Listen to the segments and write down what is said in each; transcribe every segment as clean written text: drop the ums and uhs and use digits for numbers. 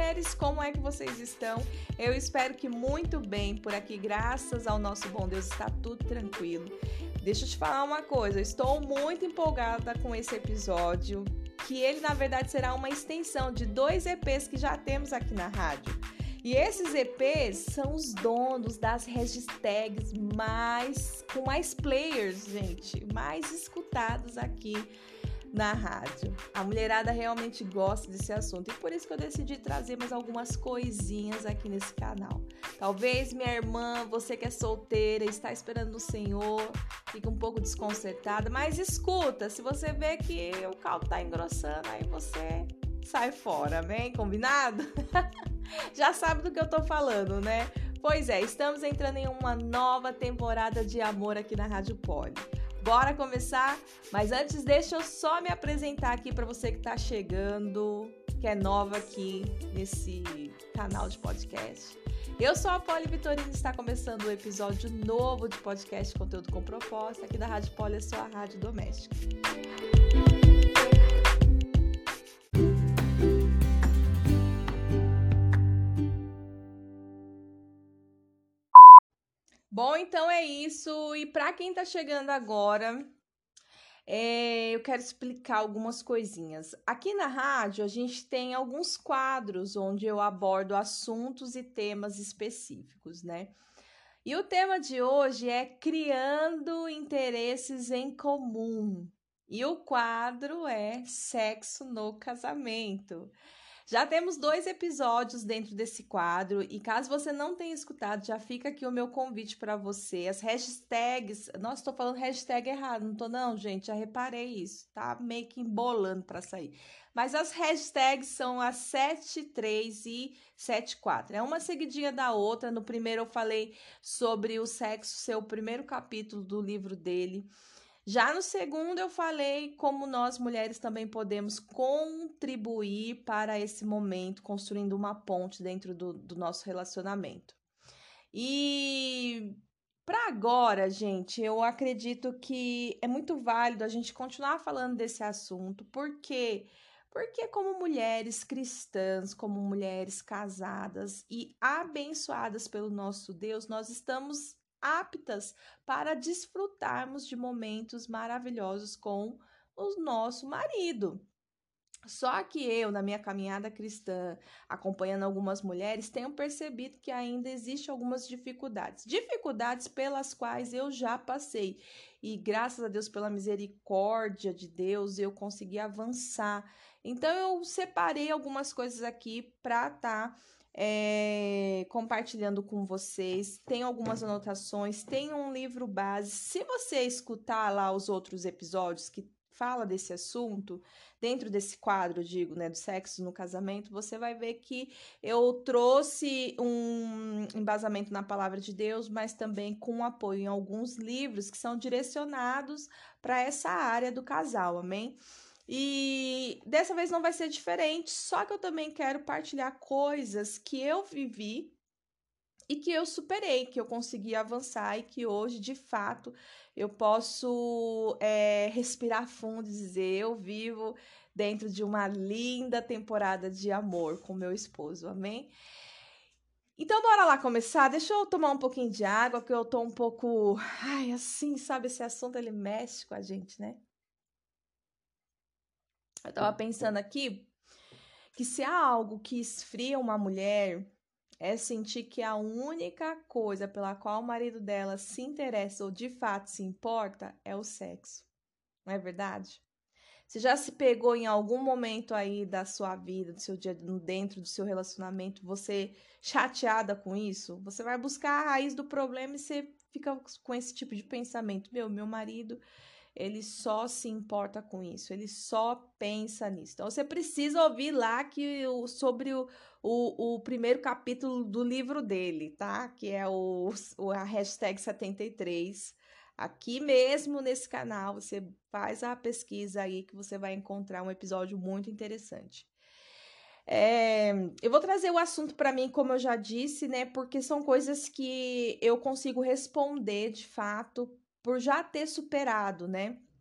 mulheres, como é que vocês estão? Eu espero que muito bem por aqui, graças ao nosso bom Deus, está tudo tranquilo. Deixa eu te falar uma coisa, eu estou muito empolgada com esse episódio, que ele na verdade será uma extensão de 2 EPs que já temos aqui na rádio. E esses EPs são os donos das hashtags com mais players, gente, mais escutados aqui na rádio. A mulherada realmente gosta desse assunto e por isso que eu decidi trazer mais algumas coisinhas aqui nesse canal. Talvez minha irmã, você que é solteira, está esperando o Senhor, fica um pouco desconcertada, mas escuta, se você vê que o caldo tá engrossando, aí você sai fora, amém? Combinado? Já sabe do que eu tô falando, né? Pois é, estamos entrando em uma nova temporada de amor aqui na Rádio Poli. Bora começar? Mas antes, deixa eu só me apresentar aqui para você que tá chegando, que é nova aqui nesse canal de podcast. Eu sou a Poli Vitorino e está começando um episódio novo de podcast Conteúdo com Propósito aqui da Rádio Poli, a sua rádio doméstica. Bom, então é isso. E para quem tá chegando agora, eu quero explicar algumas coisinhas. Aqui na rádio, a gente tem alguns quadros onde eu abordo assuntos e temas específicos, né? E o tema de hoje é criando interesses em comum. E o quadro é sexo no casamento. Já temos 2 episódios dentro desse quadro e caso você não tenha escutado, já fica aqui o meu convite para você. As hashtags, nossa, estou falando hashtag errado, não tô não, gente, já reparei isso, tá meio que embolando para sair. Mas as hashtags são as 73 e 74, é uma seguidinha da outra. No primeiro eu falei sobre o sexo ser o primeiro capítulo do livro dele. Já no segundo eu falei como nós mulheres também podemos contribuir para esse momento, construindo uma ponte dentro do nosso relacionamento. E para agora, gente, eu acredito que é muito válido a gente continuar falando desse assunto, porque como mulheres cristãs, como mulheres casadas e abençoadas pelo nosso Deus, nós estamos aptas para desfrutarmos de momentos maravilhosos com o nosso marido. Só que eu, na minha caminhada cristã, acompanhando algumas mulheres, tenho percebido que ainda existem algumas dificuldades pelas quais eu já passei. E graças a Deus, pela misericórdia de Deus, eu consegui avançar. Então, eu separei algumas coisas aqui para estar compartilhando com vocês. Tem algumas anotações, tem um livro base. Se você escutar lá os outros episódios que fala desse assunto, dentro desse quadro, digo, né, do sexo no casamento, você vai ver que eu trouxe um embasamento na palavra de Deus, mas também com apoio em alguns livros que são direcionados para essa área do casal, amém? E dessa vez não vai ser diferente, só que eu também quero partilhar coisas que eu vivi e que eu superei, que eu consegui avançar e que hoje, de fato, eu posso respirar fundo e dizer, eu vivo dentro de uma linda temporada de amor com meu esposo, amém? Então, bora lá começar? Deixa eu tomar um pouquinho de água, porque eu tô um pouco, assim, sabe, esse assunto, ele mexe com a gente, né? Eu tava pensando aqui que se há algo que esfria uma mulher é sentir que a única coisa pela qual o marido dela se interessa ou de fato se importa é o sexo. Não é verdade? Você já se pegou em algum momento aí da sua vida, do seu dia, dentro do seu relacionamento, você chateada com isso? Você vai buscar a raiz do problema e você fica com esse tipo de pensamento. Meu marido, ele só se importa com isso, ele só pensa nisso. Então, você precisa ouvir lá sobre o primeiro capítulo do livro dele, tá? Que é a hashtag 73. Aqui mesmo nesse canal, você faz a pesquisa aí que você vai encontrar um episódio muito interessante. Eu vou trazer o assunto para mim, como eu já disse, né? Porque são coisas que eu consigo responder de fato por já ter superado, né?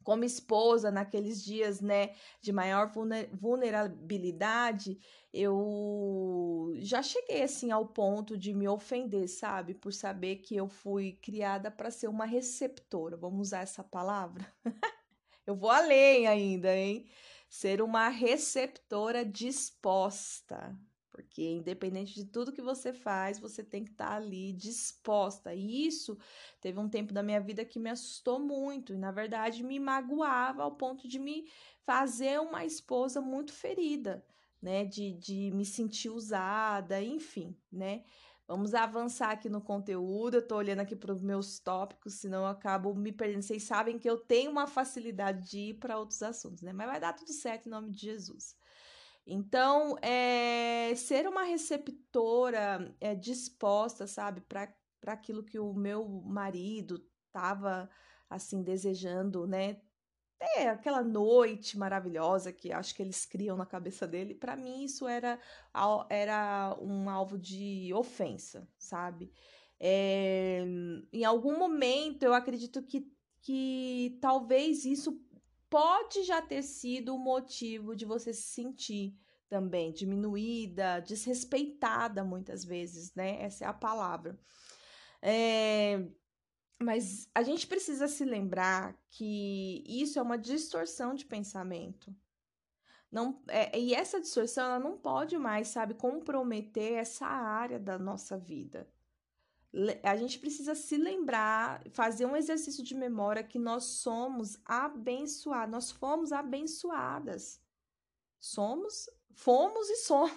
como esposa, naqueles dias, né, de maior vulnerabilidade, eu já cheguei assim ao ponto de me ofender, sabe? Por saber que eu fui criada para ser uma receptora. Vamos usar essa palavra? Eu vou além ainda, hein? Ser uma receptora disposta. Porque independente de tudo que você faz, você tem que estar ali disposta. E isso teve um tempo da minha vida que me assustou muito. E, na verdade, me magoava ao ponto de me fazer uma esposa muito ferida, né? De me sentir usada, enfim, né? Vamos avançar aqui no conteúdo. Eu tô olhando aqui para os meus tópicos, senão eu acabo me perdendo. Vocês sabem que eu tenho uma facilidade de ir para outros assuntos, né? Mas vai dar tudo certo em nome de Jesus. Então, ser uma receptora disposta, sabe, para aquilo que o meu marido estava assim desejando, né? Aquela noite maravilhosa que acho que eles criam na cabeça dele, para mim isso era um alvo de ofensa, sabe? É, em algum momento eu acredito que talvez isso pode já ter sido o motivo de você se sentir também diminuída, desrespeitada muitas vezes, né? Essa é a palavra. É, mas a gente precisa se lembrar que isso é uma distorção de pensamento. Não, e essa distorção ela não pode mais, sabe, comprometer essa área da nossa vida. A gente precisa se lembrar, fazer um exercício de memória que nós somos abençoados, nós fomos abençoadas. Fomos e somos,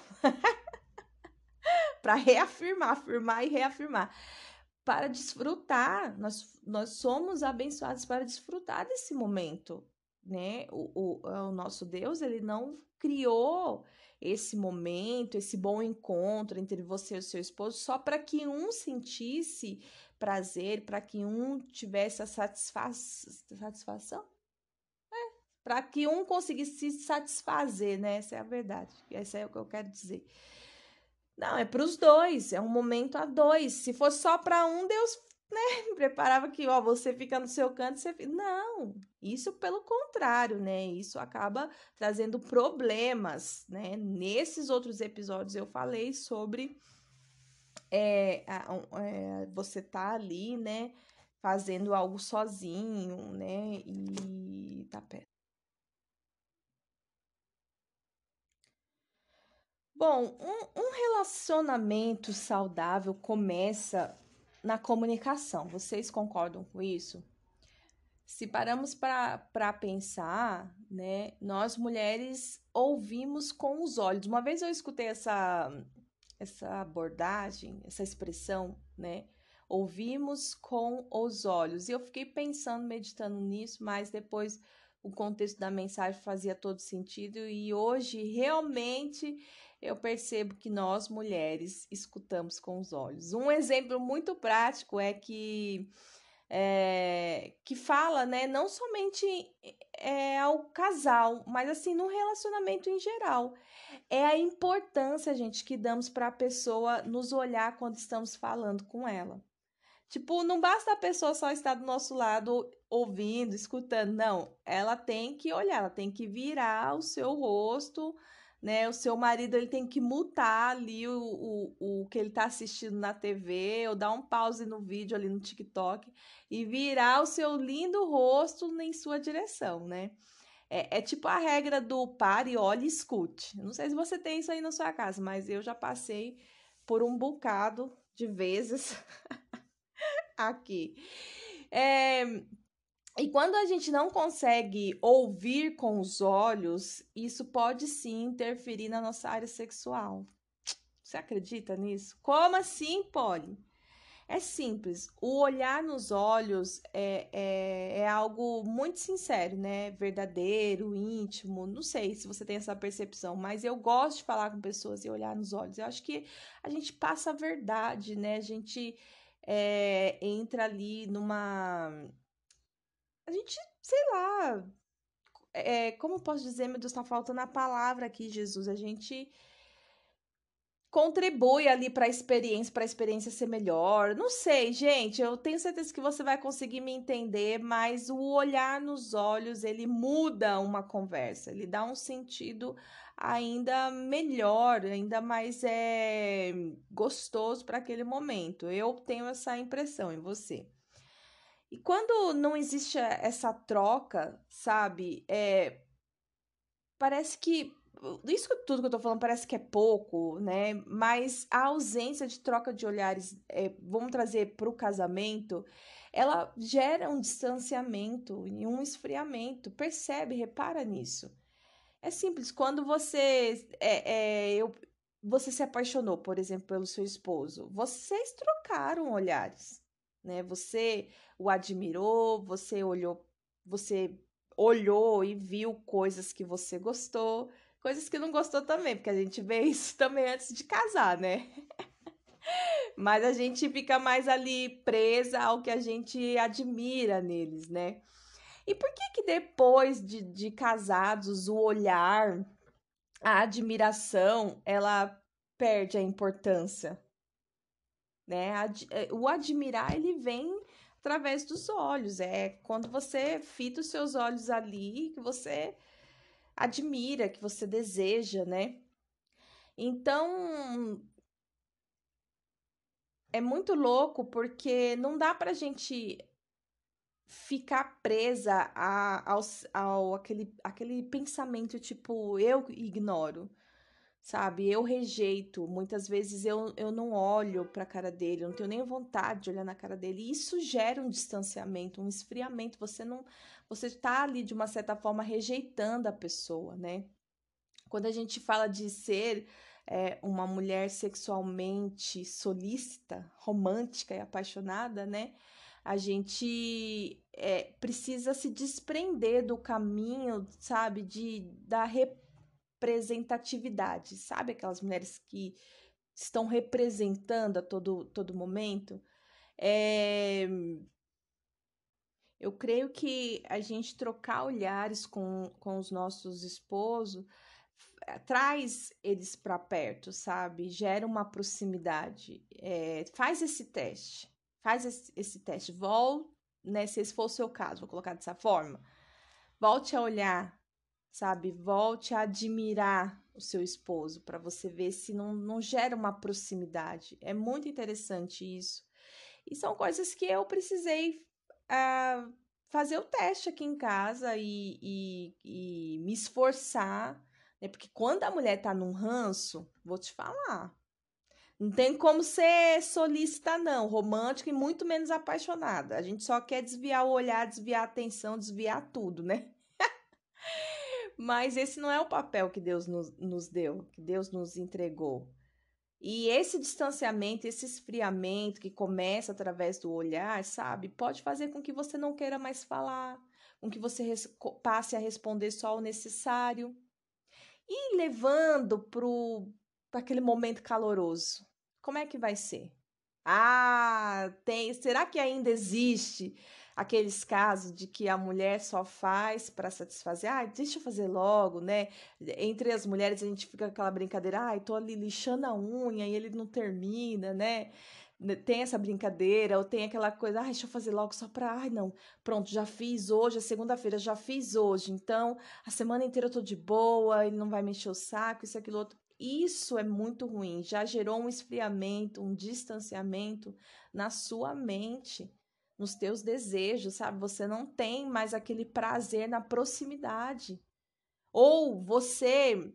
para reafirmar, afirmar e reafirmar. Para desfrutar, nós somos abençoados para desfrutar desse momento, né? O nosso Deus, ele não criou esse momento, esse bom encontro entre você e o seu esposo só para que um sentisse prazer, para que um tivesse a satisfação, para que um conseguisse se satisfazer, né? Essa é a verdade, essa é o que eu quero dizer. Não, é para os dois, é um momento a dois. Se fosse só para um, Deus, né, preparava que, ó, você fica no seu canto, você fica. Não, isso pelo contrário, né? Isso acaba trazendo problemas, né? Nesses outros episódios eu falei sobre você tá ali, né, fazendo algo sozinho, né? E tá perto. Bom, um relacionamento saudável começa na comunicação. Vocês concordam com isso? Se paramos para pensar, né, nós mulheres ouvimos com os olhos. Uma vez eu escutei essa abordagem, essa expressão, né? Ouvimos com os olhos. E eu fiquei pensando, meditando nisso, mas depois o contexto da mensagem fazia todo sentido. E hoje, realmente, eu percebo que nós, mulheres, escutamos com os olhos. Um exemplo muito prático é que fala, né, não somente ao casal, mas assim, no relacionamento em geral. É a importância, gente, que damos para a pessoa nos olhar quando estamos falando com ela. Tipo, não basta a pessoa só estar do nosso lado ouvindo, escutando, não. Ela tem que olhar, ela tem que virar o seu rosto, né? O seu marido ele tem que mutar ali o que ele está assistindo na TV, ou dar um pause no vídeo ali no TikTok e virar o seu lindo rosto em sua direção, né? É tipo a regra do pare, olhe e escute. Eu não sei se você tem isso aí na sua casa, mas eu já passei por um bocado de vezes aqui. É, e quando a gente não consegue ouvir com os olhos, isso pode sim interferir na nossa área sexual. Você acredita nisso? Como assim pode? É simples. O olhar nos olhos é algo muito sincero, né? Verdadeiro, íntimo. Não sei se você tem essa percepção, mas eu gosto de falar com pessoas e olhar nos olhos. Eu acho que a gente passa a verdade, né? A gente entra ali numa. A gente, sei lá. Como eu posso dizer, meu Deus, tá faltando a palavra aqui, Jesus. A gente contribui ali para a experiência ser melhor. Não sei, gente, eu tenho certeza que você vai conseguir me entender, mas o olhar nos olhos, ele muda uma conversa, ele dá um sentido ainda melhor, ainda mais gostoso para aquele momento. Eu tenho essa impressão em você. E quando não existe essa troca, sabe? Parece que isso tudo que eu tô falando parece que é pouco, né? Mas a ausência de troca de olhares, vamos trazer para o casamento, ela gera um distanciamento e um esfriamento. Percebe, repara nisso. É simples, quando você se apaixonou, por exemplo, pelo seu esposo, vocês trocaram olhares, né? Você o admirou, você olhou e viu coisas que você gostou, coisas que não gostou também, porque a gente vê isso também antes de casar, né? Mas a gente fica mais ali presa ao que a gente admira neles, né? E por que que depois de casados o olhar, a admiração, ela perde a importância, né? O admirar, ele vem através dos olhos. É quando você fita os seus olhos ali, que você admira, que você deseja, né? Então, é muito louco porque não dá pra gente ficar presa aquele pensamento tipo, eu ignoro. Sabe? Eu rejeito. Muitas vezes eu não olho para a cara dele, eu não tenho nem vontade de olhar na cara dele. E isso gera um distanciamento, um esfriamento. Você está ali de uma certa forma rejeitando a pessoa, né? Quando a gente fala de ser uma mulher sexualmente solícita, romântica e apaixonada, né? A gente precisa se desprender do caminho, sabe, da representatividade, sabe? Aquelas mulheres que estão representando a todo momento. É, eu creio que a gente trocar olhares com os nossos esposos traz eles para perto, sabe? Gera uma proximidade. Faz esse teste. Faz esse teste. Volte, né? Se esse for o seu caso, vou colocar dessa forma. Volte a olhar, sabe? Volte a admirar o seu esposo para você ver se não gera uma proximidade. É muito interessante isso. E são coisas que eu precisei ah, fazer o teste aqui em casa e me esforçar, né? Porque quando a mulher tá num ranço, vou te falar, não tem como ser solícita, não, romântica e muito menos apaixonada. A gente só quer desviar o olhar, desviar a atenção, desviar tudo, né? Mas esse não é o papel que Deus nos deu, que Deus nos entregou. E esse distanciamento, esse esfriamento que começa através do olhar, sabe, pode fazer com que você não queira mais falar, com que você passe a responder só o necessário e levando para aquele momento caloroso. Como é que vai ser? Será que ainda existe aqueles casos de que a mulher só faz para satisfazer? Deixa eu fazer logo, né? Entre as mulheres a gente fica com aquela brincadeira, tô ali lixando a unha e ele não termina, né? Tem essa brincadeira, ou tem aquela coisa, deixa eu fazer logo só pra, não, pronto, já fiz hoje, é segunda-feira, já fiz hoje, então a semana inteira eu tô de boa, ele não vai me encher o saco, isso, aquilo, outro. Isso é muito ruim, já gerou um esfriamento, um distanciamento na sua mente, nos teus desejos, sabe? Você não tem mais aquele prazer na proximidade. Ou você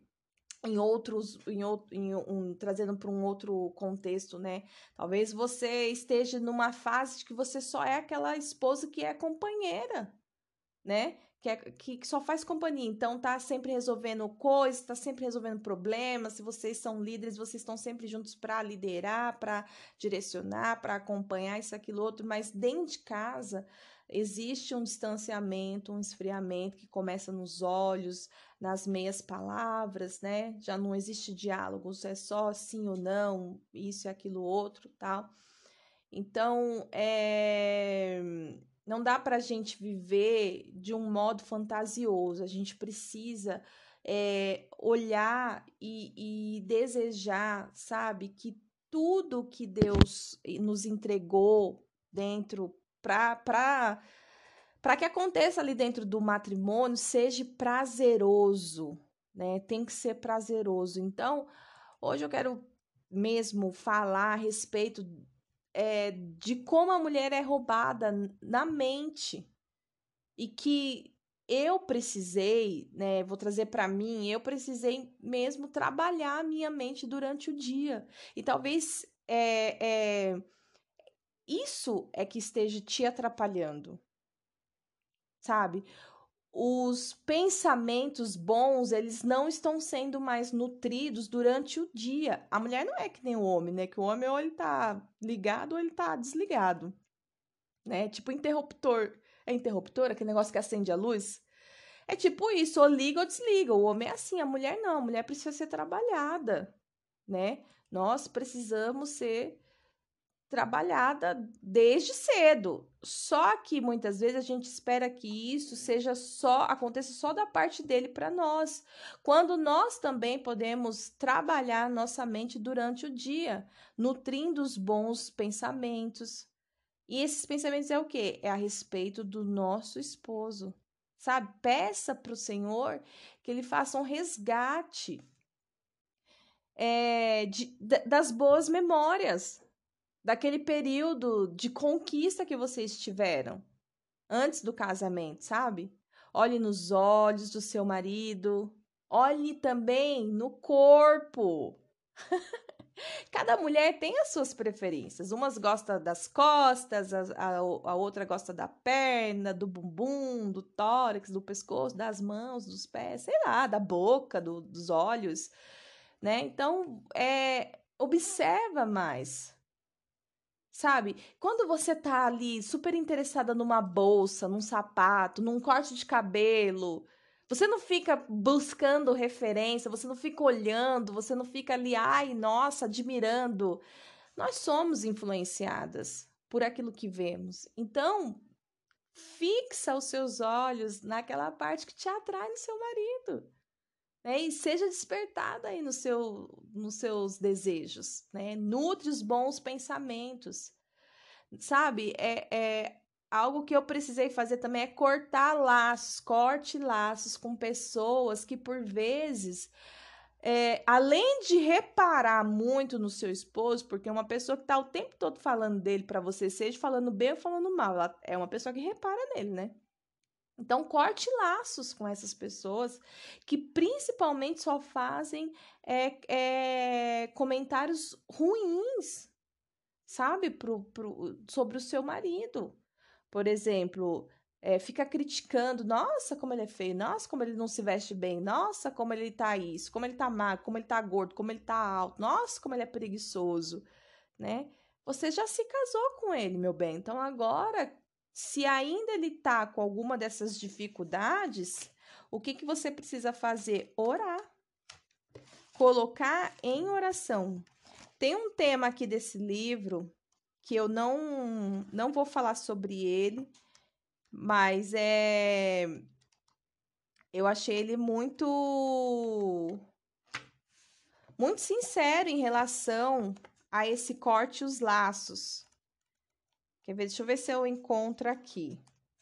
trazendo para um outro contexto, né? Talvez você esteja numa fase de que você só é aquela esposa que é companheira, né? Que só faz companhia, então tá sempre resolvendo coisas, tá sempre resolvendo problemas. Se vocês são líderes, vocês estão sempre juntos para liderar, para direcionar, para acompanhar isso, aquilo, outro, mas dentro de casa existe um distanciamento, um esfriamento que começa nos olhos, nas meias palavras, né? Já não existe diálogos, é só sim ou não, isso e aquilo outro, tal. Então, não dá para a gente viver de um modo fantasioso, a gente precisa olhar e desejar, sabe, que tudo que Deus nos entregou dentro para que aconteça ali dentro do matrimônio seja prazeroso, né? Tem que ser prazeroso. Então, hoje eu quero mesmo falar a respeito de como a mulher é roubada na mente e que eu precisei, né? Vou trazer para mim, eu precisei mesmo trabalhar a minha mente durante o dia. E talvez isso é que esteja te atrapalhando, sabe? Os pensamentos bons, eles não estão sendo mais nutridos durante o dia. A mulher não é que nem o homem, né? Que o homem ou ele tá ligado ou ele tá desligado, né? Tipo interruptor. É interruptor, aquele negócio que acende a luz? É tipo isso, ou liga ou desliga. O homem é assim, a mulher não. A mulher precisa ser trabalhada, né? Nós precisamos ser trabalhada desde cedo. Só que muitas vezes a gente espera que isso seja só aconteça só da parte dele para nós, quando nós também podemos trabalhar nossa mente durante o dia, nutrindo os bons pensamentos. E esses pensamentos é o quê? É a respeito do nosso esposo. Sabe? Peça para o Senhor que ele faça um resgate das boas memórias, daquele período de conquista que vocês tiveram antes do casamento, sabe? Olhe nos olhos do seu marido, olhe também no corpo. Cada mulher tem as suas preferências. Umas gostam das costas, a outra gosta da perna, do bumbum, do tórax, do pescoço, das mãos, dos pés, sei lá, da boca, dos olhos, né? Então, observa mais. Sabe? Quando você tá ali super interessada numa bolsa, num sapato, num corte de cabelo, você não fica buscando referência, você não fica olhando, você não fica ali, ai, nossa, admirando. Nós somos influenciadas por aquilo que vemos. Então, fixa os seus olhos naquela parte que te atrai no seu marido. Né? E seja despertada aí nos seus desejos, né? Nutre os bons pensamentos, sabe? Algo que eu precisei fazer também é cortar laços, corte laços com pessoas que por vezes, além de reparar muito no seu esposo, porque é uma pessoa que tá o tempo todo falando dele para você, seja falando bem ou falando mal, ela é uma pessoa que repara nele, né? Então, corte laços com essas pessoas que principalmente só fazem comentários ruins, sabe, sobre o seu marido. Por exemplo, fica criticando, nossa, como ele é feio, nossa, como ele não se veste bem, nossa, como ele tá isso, como ele tá magro, como ele tá gordo, como ele tá alto, nossa, como ele é preguiçoso, né? Você já se casou com ele, meu bem. Então agora, se ainda ele tá com alguma dessas dificuldades, o que que você precisa fazer? Orar. Colocar em oração. Tem um tema aqui desse livro que eu não vou falar sobre ele, mas eu achei ele muito sincero em relação a esse corte os laços. Quer ver? Deixa eu ver se eu encontro aqui.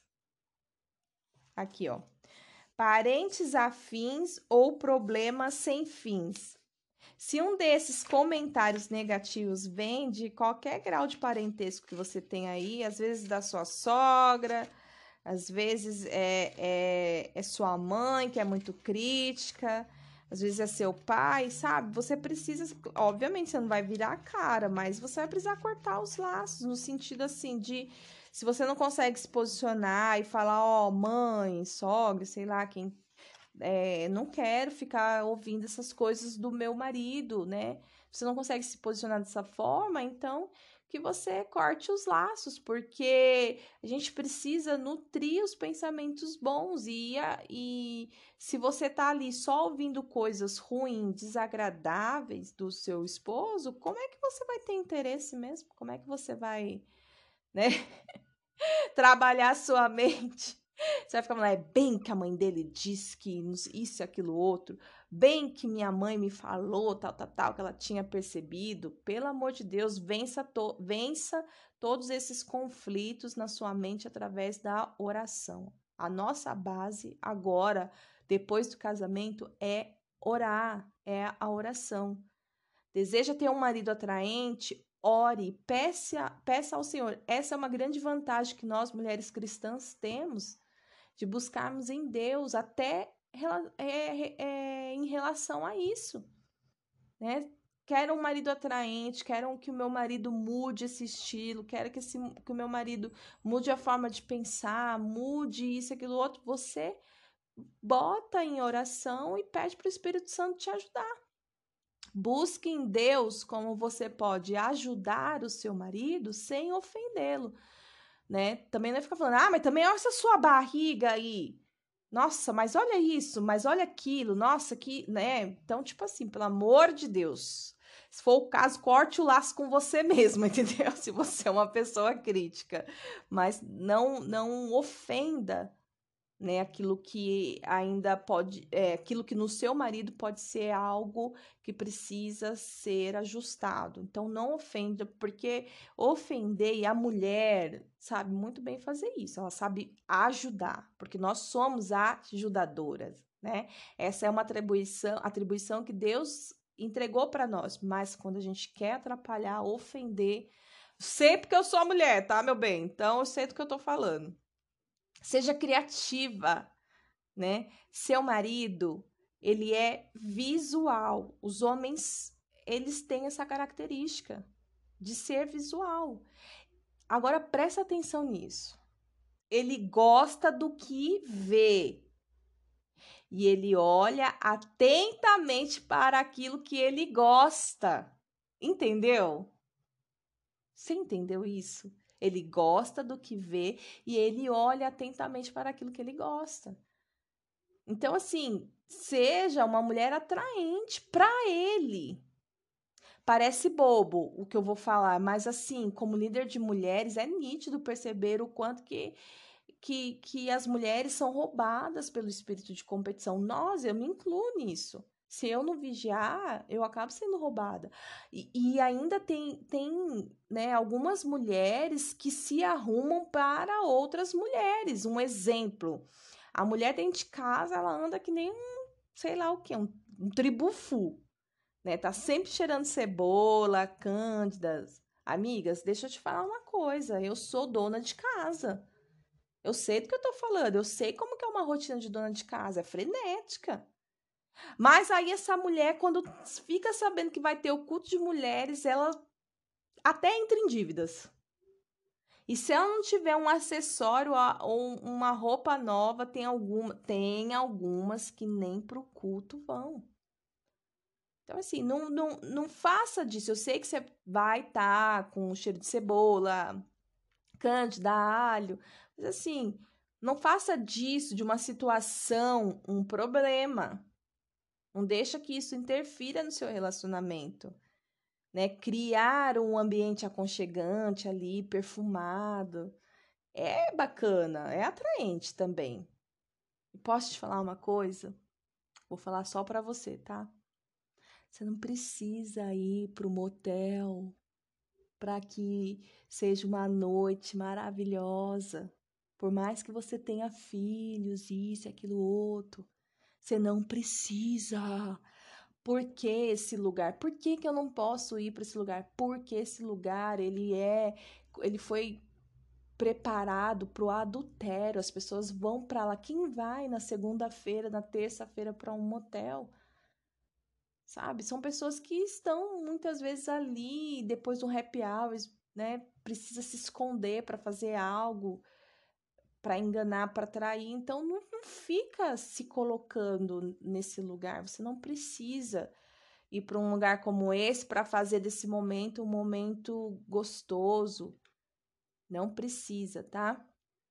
Aqui, ó. Parentes afins ou problemas sem fins. Se um desses comentários negativos vem de qualquer grau de parentesco que você tem aí, às vezes da sua sogra, às vezes é sua mãe que é muito crítica, às vezes é seu pai, sabe? Você precisa, obviamente, você não vai virar a cara, mas você vai precisar cortar os laços, no sentido assim de se você não consegue se posicionar e falar, ó, mãe, sogra, sei lá, quem não quero ficar ouvindo essas coisas do meu marido, né? Você não consegue se posicionar dessa forma, então que você corte os laços, porque a gente precisa nutrir os pensamentos bons e se você tá ali só ouvindo coisas ruins, desagradáveis do seu esposo, como é que você vai ter interesse mesmo? Como é que você vai, né, trabalhar a sua mente? Você vai ficar falando, é bem que a mãe dele disse que isso e aquilo outro, bem que minha mãe me falou, tal, tal, tal, que ela tinha percebido. Pelo amor de Deus, vença todos esses conflitos na sua mente através da oração. A nossa base agora, depois do casamento, é orar, é a oração. Deseja ter um marido atraente? Ore, peça ao Senhor. Essa é uma grande vantagem que nós, mulheres cristãs, temos de buscarmos em Deus até em relação a isso, né? Quero um marido atraente, quero que o meu marido mude esse estilo, quero que o meu marido mude a forma de pensar, mude isso, aquilo, outro. Você bota em oração e pede para o Espírito Santo te ajudar. Busque em Deus como você pode ajudar o seu marido sem ofendê-lo, né? Também não é ficar falando, mas também olha essa sua barriga aí. Nossa, mas olha isso, mas olha aquilo, nossa, que, né? Então, tipo assim, pelo amor de Deus, se for o caso, corte o laço com você mesmo, entendeu? Se você é uma pessoa crítica, mas não ofenda, né? Aquilo que ainda pode, aquilo que no seu marido pode ser algo que precisa ser ajustado. Então, não ofenda, porque ofender e a mulher sabe muito bem fazer isso, ela sabe ajudar, porque nós somos ajudadoras, né? Essa é uma atribuição que Deus entregou para nós, mas quando a gente quer atrapalhar, ofender, sei porque eu sou mulher, tá, meu bem? Então, eu sei do que eu tô falando. Seja criativa, né? Seu marido, ele é visual. Os homens, eles têm essa característica de ser visual. Agora presta atenção nisso. Ele gosta do que vê. E ele olha atentamente para aquilo que ele gosta. Entendeu? Você entendeu isso? Ele gosta do que vê e ele olha atentamente para aquilo que ele gosta. Então, assim, seja uma mulher atraente para ele. Parece bobo o que eu vou falar, mas assim, como líder de mulheres, é nítido perceber o quanto que as mulheres são roubadas pelo espírito de competição. Eu me incluo nisso. Se eu não vigiar, eu acabo sendo roubada. E ainda tem né, algumas mulheres que se arrumam para outras mulheres. Um exemplo, a mulher dentro de casa, ela anda que nem sei lá o quê, um tribufu, né? Tá sempre cheirando cebola, cândidas. Amigas, deixa eu te falar uma coisa, eu sou dona de casa. Eu sei do que eu tô falando, eu sei como que é uma rotina de dona de casa, é frenética. Mas aí essa mulher, quando fica sabendo que vai ter o culto de mulheres, ela até entra em dívidas. E se ela não tiver um acessório ou uma roupa nova, tem algumas que nem pro culto vão. Então, assim, não faça disso. Eu sei que você vai estar com cheiro de cebola, cândida, alho, mas assim, não faça disso, de uma situação, um problema. Não deixa que isso interfira no seu relacionamento, né? Criar um ambiente aconchegante ali, perfumado, é bacana, é atraente também. E posso te falar uma coisa? Vou falar só para você, tá? Você não precisa ir pro motel para que seja uma noite maravilhosa. Por mais que você tenha filhos, isso, aquilo, outro, você não precisa. Por que esse lugar? Por que eu não posso ir para esse lugar? Porque esse lugar, ele foi preparado para o adultério. As pessoas vão para lá. Quem vai na segunda-feira, na terça-feira para um motel? Sabe? São pessoas que estão muitas vezes ali depois do happy hour, né? Precisa se esconder para fazer algo, para enganar, para trair. Então não fica se colocando nesse lugar. Você não precisa ir para um lugar como esse para fazer desse momento um momento gostoso. Não precisa, tá?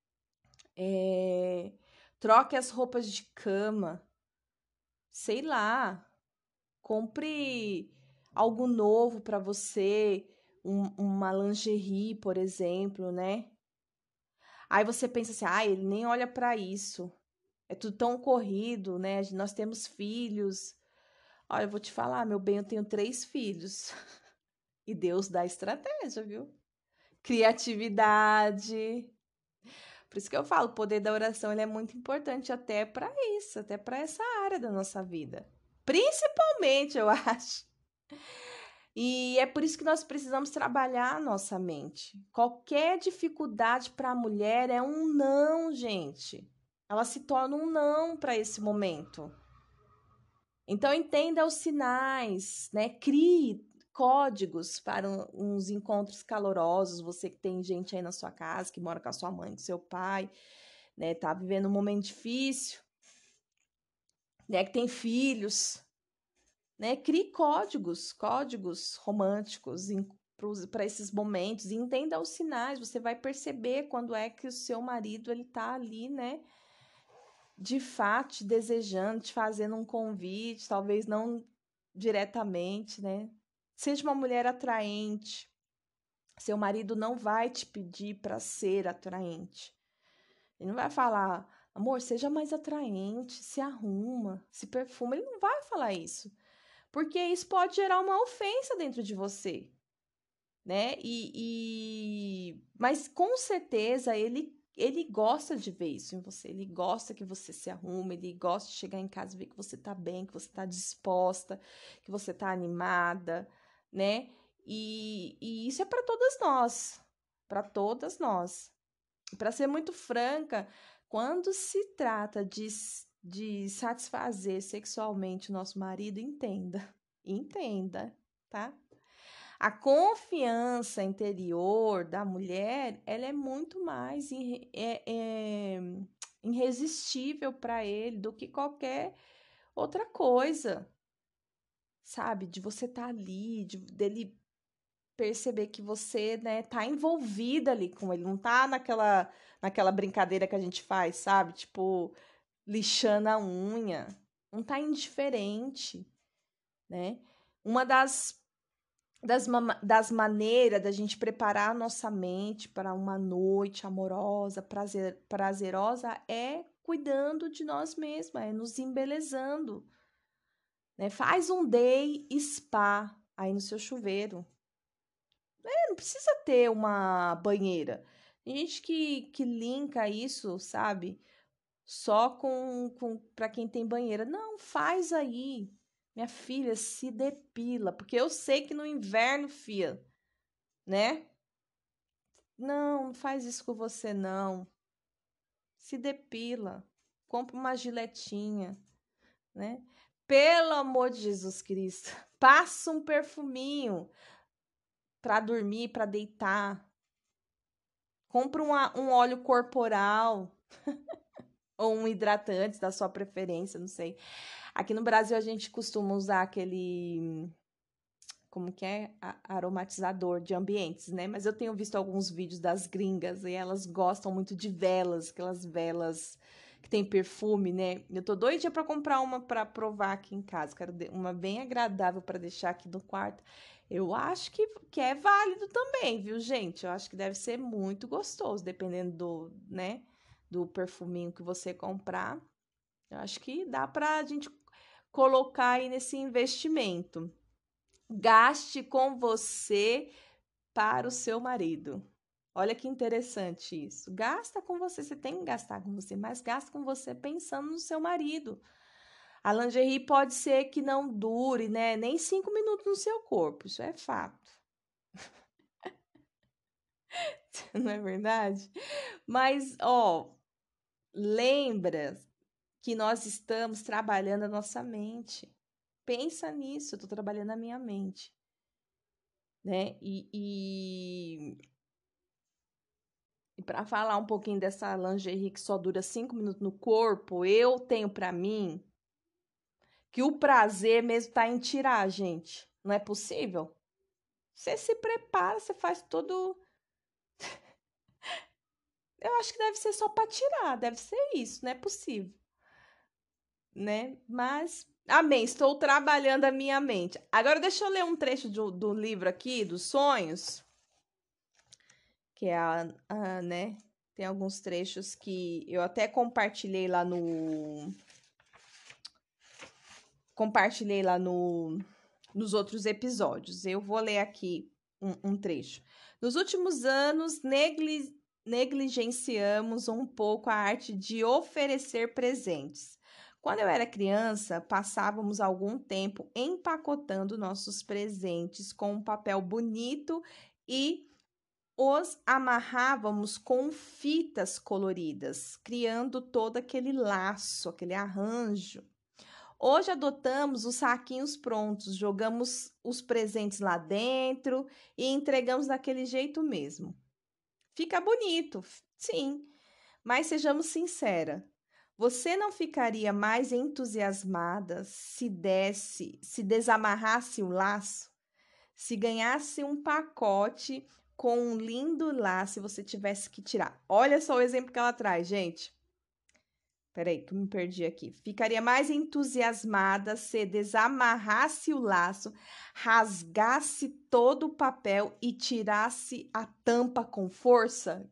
Troque as roupas de cama. Sei lá. Compre algo novo para você, uma lingerie, por exemplo, né? Aí você pensa assim, ah, ele nem olha pra isso. É tudo tão corrido, né? Nós temos filhos. Olha, eu vou te falar, meu bem, eu tenho 3 filhos. E Deus dá estratégia, viu? Criatividade. Por isso que eu falo, o poder da oração ele é muito importante até para isso, até para essa área da nossa vida. Principalmente, eu acho. E é por isso que nós precisamos trabalhar a nossa mente. Qualquer dificuldade para a mulher é um não, gente. Ela se torna um não para esse momento. Então, entenda os sinais, né? Crie códigos para uns encontros calorosos. Você que tem gente aí na sua casa, que mora com a sua mãe, com seu pai, né? Tá vivendo um momento difícil, né? Que tem filhos, né? Crie códigos românticos para esses momentos. E entenda os sinais. Você vai perceber quando é que o seu marido ele tá ali, né? De fato, te desejando, te fazendo um convite, talvez não diretamente, né? Seja uma mulher atraente. Seu marido não vai te pedir para ser atraente. Ele não vai falar, amor, seja mais atraente, se arruma, se perfuma. Ele não vai falar isso. Porque isso pode gerar uma ofensa dentro de você, né? Mas com certeza ele gosta de ver isso em você, ele gosta que você se arrume, ele gosta de chegar em casa e ver que você tá bem, que você tá disposta, que você tá animada, né? E isso é para todas nós, para todas nós. Para ser muito franca, quando se trata de satisfazer sexualmente o nosso marido, entenda, tá? A confiança interior da mulher, ela é muito mais irresistível para ele do que qualquer outra coisa, sabe? De você estar ali, dele perceber que você, né, tá envolvida ali com ele, não tá naquela brincadeira que a gente faz, sabe? Tipo, lixando a unha, não tá indiferente, né? Uma das maneiras da gente preparar a nossa mente para uma noite amorosa, prazerosa, é cuidando de nós mesmos, é nos embelezando, né? Faz um day spa aí no seu chuveiro. Não precisa ter uma banheira. Tem gente que linka isso, sabe? Só para quem tem banheira. Não, faz aí. Minha filha, se depila. Porque eu sei que no inverno, fia, né? Não faz isso com você, não. Se depila. Compra uma giletinha, né? Pelo amor de Jesus Cristo. Passa um perfuminho para dormir, para deitar. Compra um óleo corporal ou um hidratante da sua preferência, não sei. Aqui no Brasil a gente costuma usar aquele, como que é? Aromatizador de ambientes, né? Mas eu tenho visto alguns vídeos das gringas e elas gostam muito de velas, aquelas velas que tem perfume, né? Eu tô doidinha pra comprar uma pra provar aqui em casa. Quero uma bem agradável pra deixar aqui no quarto. Eu acho que é válido também, viu, gente? Eu acho que deve ser muito gostoso, dependendo do, né, do perfuminho que você comprar. Eu acho que dá pra gente colocar aí nesse investimento. Gaste com você para o seu marido. Olha que interessante isso. Gasta com você, você tem que gastar com você, mas gasta com você pensando no seu marido. A lingerie pode ser que não dure, né, nem 5 minutos no seu corpo, isso é fato. Não é verdade? Mas, ó, lembra que nós estamos trabalhando a nossa mente. Pensa nisso, eu tô trabalhando a minha mente, né? E para falar um pouquinho dessa lingerie que só dura 5 minutos no corpo, eu tenho para mim que o prazer mesmo tá em tirar, gente. Não é possível? Você se prepara, você faz tudo. Eu acho que deve ser só para tirar, deve ser isso, não é possível, né? Mas, amém, estou trabalhando a minha mente. Agora deixa eu ler um trecho do livro aqui, dos sonhos, que é né? Tem alguns trechos que eu até compartilhei lá no... nos outros episódios. Eu vou ler aqui um trecho. Nos últimos anos, negligenciamos um pouco a arte de oferecer presentes. Quando eu era criança, passávamos algum tempo empacotando nossos presentes com um papel bonito e os amarrávamos com fitas coloridas, criando todo aquele laço, aquele arranjo. Hoje adotamos os saquinhos prontos, jogamos os presentes lá dentro e entregamos daquele jeito mesmo. Fica bonito, sim, mas sejamos sinceras. Você não ficaria mais entusiasmada se desamarrasse o laço? Se ganhasse um pacote com um lindo laço e você tivesse que tirar? Olha só o exemplo que ela traz, gente. Peraí, que eu me perdi aqui. Ficaria mais entusiasmada se desamarrasse o laço, rasgasse todo o papel e tirasse a tampa com força?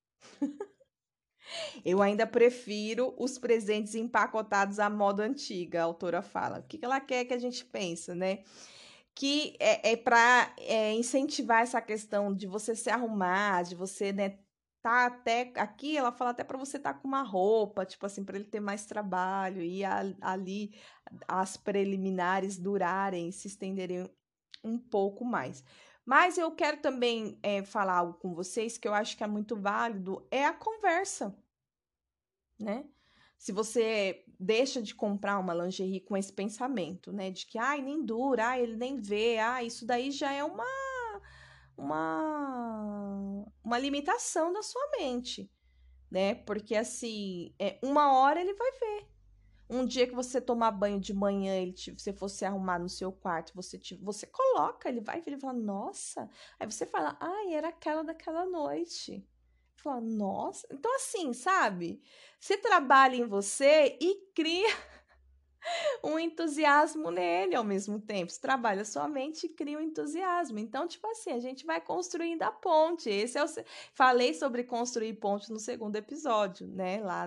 Eu ainda prefiro os presentes empacotados à moda antiga, a autora fala. O que ela quer que a gente pense, né? Que é para incentivar essa questão de você se arrumar, de você, né, tá até aqui, ela fala até para você estar com uma roupa, tipo assim, para ele ter mais trabalho e ali as preliminares durarem, se estenderem um pouco mais. Mas eu quero também falar algo com vocês que eu acho que é muito válido, é a conversa, né? Se você deixa de comprar uma lingerie com esse pensamento, né? De que, ai, nem dura, ai, ele nem vê, ai, isso daí já é uma limitação da sua mente, né? Porque, assim, uma hora ele vai ver. Um dia que você tomar banho de manhã, você for se arrumar no seu quarto, você coloca, ele vai ver, ele fala, nossa. Aí você fala, ai, era aquela daquela noite. Fala, nossa. Então, assim, sabe? Você trabalha em você e cria um entusiasmo nele ao mesmo tempo. Você trabalha sua mente e cria um entusiasmo. Então, tipo assim, a gente vai construindo a ponte. Esse é o. Falei sobre construir ponte no segundo episódio, né? Lá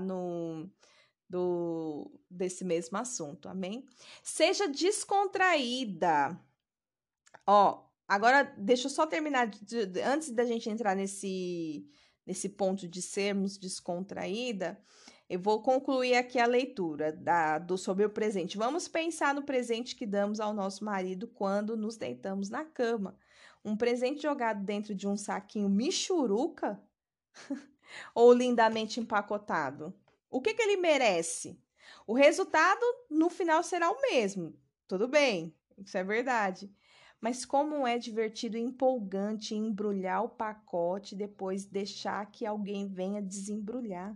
desse mesmo assunto, amém? Seja descontraída. Ó, agora deixa eu só terminar antes da gente entrar nesse ponto de sermos descontraída. Eu vou concluir aqui a leitura sobre o presente. Vamos pensar no presente que damos ao nosso marido quando nos deitamos na cama. Um presente jogado dentro de um saquinho michuruca ou lindamente empacotado? O que ele merece? O resultado no final será o mesmo. Tudo bem, isso é verdade. Mas como é divertido e empolgante embrulhar o pacote e depois deixar que alguém venha desembrulhar.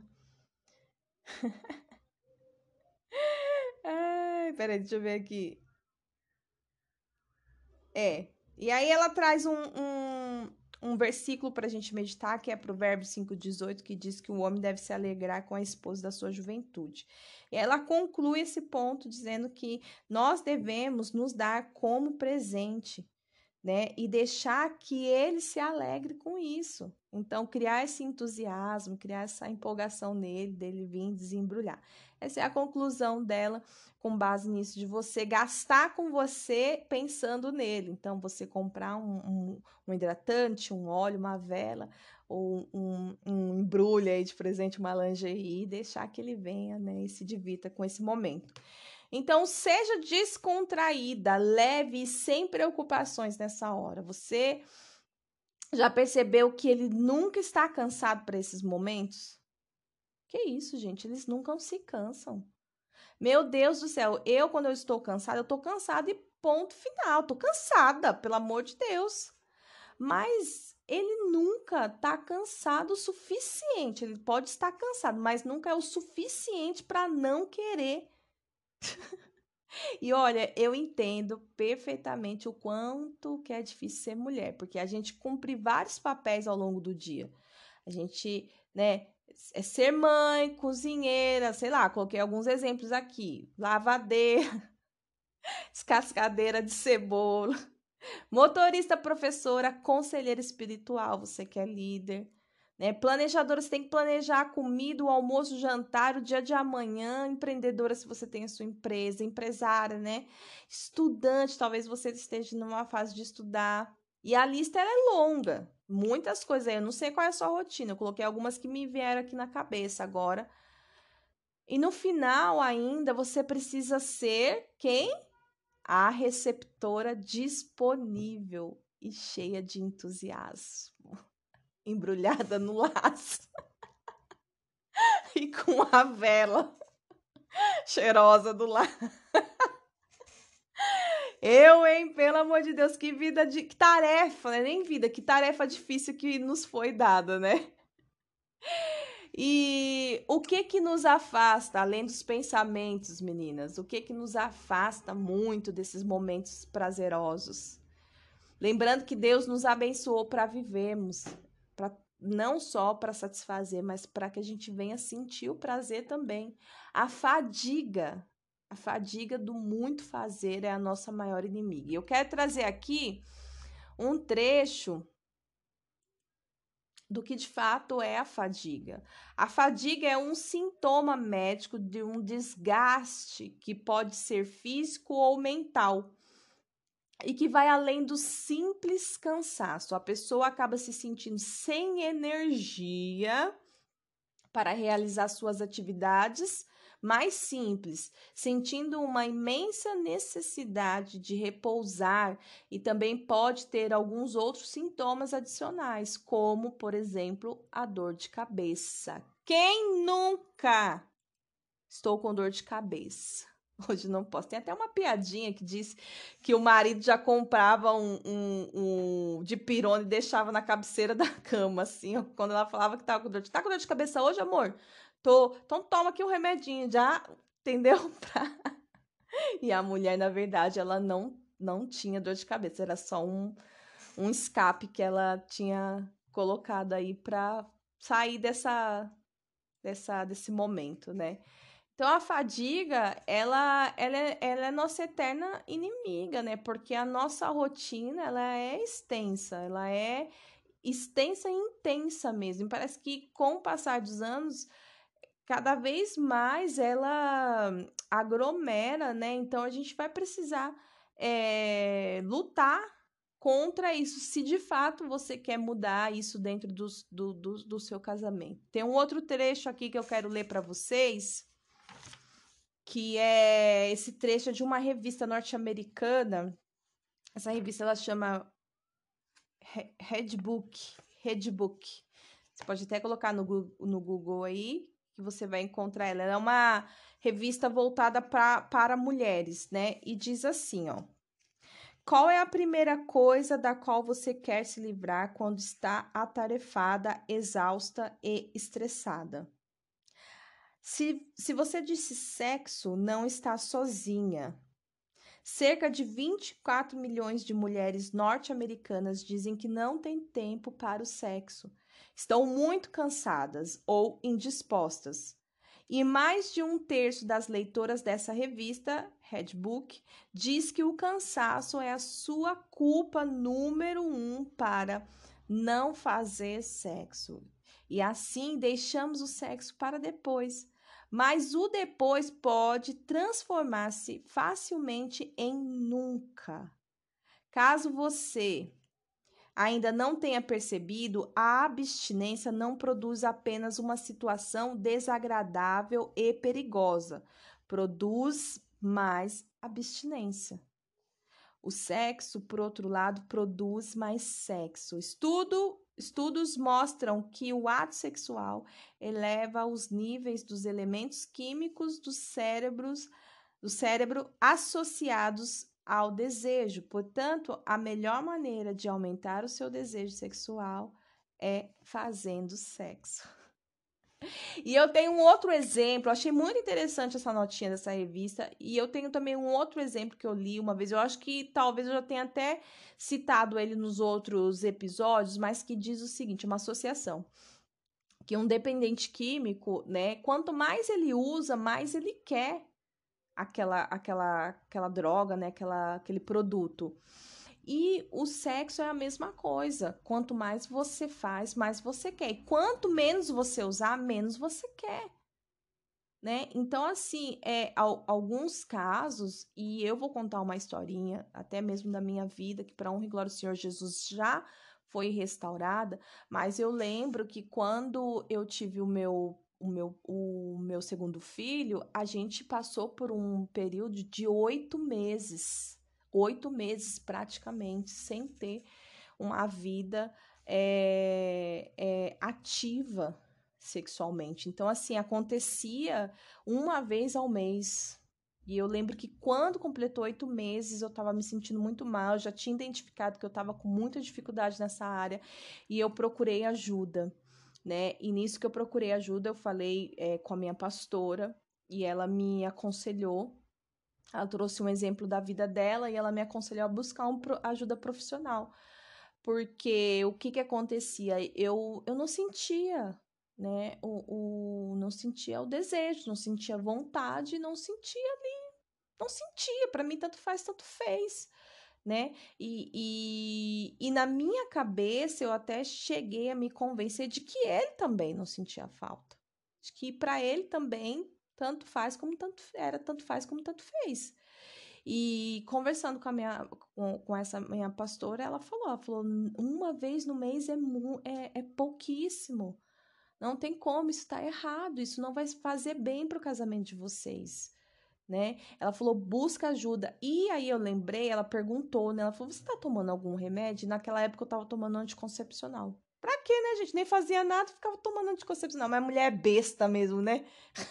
Ai, peraí, deixa eu ver aqui. E aí ela traz um versículo para a gente meditar, que é Provérbios 5,18, que diz que o homem deve se alegrar com a esposa da sua juventude. E ela conclui esse ponto dizendo que nós devemos nos dar como presente, né? E deixar que ele se alegre com isso. Então, criar esse entusiasmo, criar essa empolgação nele, dele vir desembrulhar. Essa é a conclusão dela, com base nisso, de você gastar com você pensando nele. Então, você comprar um hidratante, um óleo, uma vela, ou um embrulho aí de presente, uma lingerie, e deixar que ele venha, né, e se divirta com esse momento. Então, seja descontraída, leve e sem preocupações nessa hora. Você já percebeu que ele nunca está cansado para esses momentos? Que isso, gente? Eles nunca se cansam. Meu Deus do céu, quando eu estou cansada, eu estou cansada e ponto final. Estou cansada, pelo amor de Deus. Mas ele nunca está cansado o suficiente. Ele pode estar cansado, mas nunca é o suficiente para não querer. E olha, eu entendo perfeitamente o quanto que é difícil ser mulher, porque a gente cumpre vários papéis ao longo do dia. A gente, né, é ser mãe, cozinheira, sei lá, coloquei alguns exemplos aqui. Lavadeira, descascadeira de cebola, motorista, professora, conselheira espiritual, você que é líder, né? Planejadora, você tem que planejar a comida, o almoço, o jantar, o dia de amanhã. Empreendedora, se você tem a sua empresa. Empresária, né? Estudante, talvez você esteja numa fase de estudar. E a lista ela é longa. Muitas coisas aí. Eu não sei qual é a sua rotina. Eu coloquei algumas que me vieram aqui na cabeça agora. E no final ainda, você precisa ser quem? A receptora disponível e cheia de entusiasmo, embrulhada no laço e com a vela cheirosa do lado. Eu, hein? Pelo amor de Deus, que vida de. Que tarefa, né? Nem vida, que tarefa difícil que nos foi dada, né? E o que que nos afasta, além dos pensamentos, meninas? O que que nos afasta muito desses momentos prazerosos? Lembrando que Deus nos abençoou para vivermos, pra, não só para satisfazer, mas para que a gente venha sentir o prazer também. A fadiga do muito fazer é a nossa maior inimiga. E eu quero trazer aqui um trecho do que de fato é a fadiga. A fadiga é um sintoma médico de um desgaste que pode ser físico ou mental e que vai além do simples cansaço. A pessoa acaba se sentindo sem energia para realizar suas atividades mais simples, sentindo uma imensa necessidade de repousar e também pode ter alguns outros sintomas adicionais, como, por exemplo, a dor de cabeça. Quem nunca estou com dor de cabeça? Hoje não posso. Tem até uma piadinha que diz que o marido já comprava um dipirona e deixava na cabeceira da cama, assim, ó, quando ela falava que tava com dor de... Tá com dor de cabeça hoje, amor? Tô. Então toma aqui um remedinho, já, entendeu? E a mulher, na verdade, ela não tinha dor de cabeça, era só um escape que ela tinha colocado aí pra sair desse momento, né? Então, a fadiga, ela é nossa eterna inimiga, né? Porque a nossa rotina, ela é extensa e intensa mesmo. Parece que com o passar dos anos, cada vez mais ela aglomera, né? Então, a gente vai precisar lutar contra isso, se de fato você quer mudar isso dentro do seu casamento. Tem um outro trecho aqui que eu quero ler para vocês, que é esse trecho de uma revista norte-americana. Essa revista ela chama Redbook. Redbook. Você pode até colocar no Google aí, que você vai encontrar ela. Ela é uma revista voltada para mulheres, né? E diz assim, ó. Qual é a primeira coisa da qual você quer se livrar quando está atarefada, exausta e estressada? Se você disse sexo, não está sozinha. Cerca de 24 milhões de mulheres norte-americanas dizem que não têm tempo para o sexo. Estão muito cansadas ou indispostas. E mais de um terço das leitoras dessa revista, Redbook, diz que o cansaço é a sua culpa número 1 para não fazer sexo. E assim deixamos o sexo para depois. Mas o depois pode transformar-se facilmente em nunca. Caso você ainda não tenha percebido, a abstinência não produz apenas uma situação desagradável e perigosa, produz mais abstinência. O sexo, por outro lado, produz mais sexo. Estudos mostram que o ato sexual eleva os níveis dos elementos químicos do cérebro associados ao desejo. Portanto, a melhor maneira de aumentar o seu desejo sexual é fazendo sexo. E eu tenho um outro exemplo, achei muito interessante essa notinha dessa revista, e eu tenho também um outro exemplo que eu li uma vez, eu acho que talvez eu já tenha até citado ele nos outros episódios, mas que diz o seguinte, uma associação, que um dependente químico, né, quanto mais ele usa, mais ele quer aquela droga, né, aquele produto. E o sexo é a mesma coisa. Quanto mais você faz, mais você quer. E quanto menos você usar, menos você quer. Né? Então, assim, alguns casos, e eu vou contar uma historinha, até mesmo da minha vida, que para honra e glória do Senhor Jesus já foi restaurada, mas eu lembro que quando eu tive o meu segundo filho, a gente passou por um período de 8 meses praticamente, sem ter uma vida ativa sexualmente. Então, assim, acontecia uma vez ao mês. E eu lembro que quando completou 8 meses, eu estava me sentindo muito mal, eu já tinha identificado que eu estava com muita dificuldade nessa área e eu procurei ajuda, né? E nisso que eu procurei ajuda, eu falei com a minha pastora e ela me aconselhou. Ela trouxe um exemplo da vida dela e ela me aconselhou a buscar ajuda profissional. Porque o que acontecia? Eu não sentia, né? Não sentia o desejo, não sentia vontade, não sentia ali, não sentia. Para mim, tanto faz, tanto fez, né? E na minha cabeça, eu até cheguei a me convencer de que ele também não sentia falta. De que para ele também, tanto faz como tanto era, tanto faz como tanto fez. E conversando com essa minha pastora, ela falou, uma vez no mês é pouquíssimo. Não tem como, isso está errado, isso não vai fazer bem para o casamento de vocês, né? Ela falou, busca ajuda. E aí eu lembrei, ela perguntou, né? Ela falou, você está tomando algum remédio? Naquela época eu estava tomando anticoncepcional. Pra quê, né, gente? Nem fazia nada, ficava tomando anticoncepcional. Mas mulher é besta mesmo, né?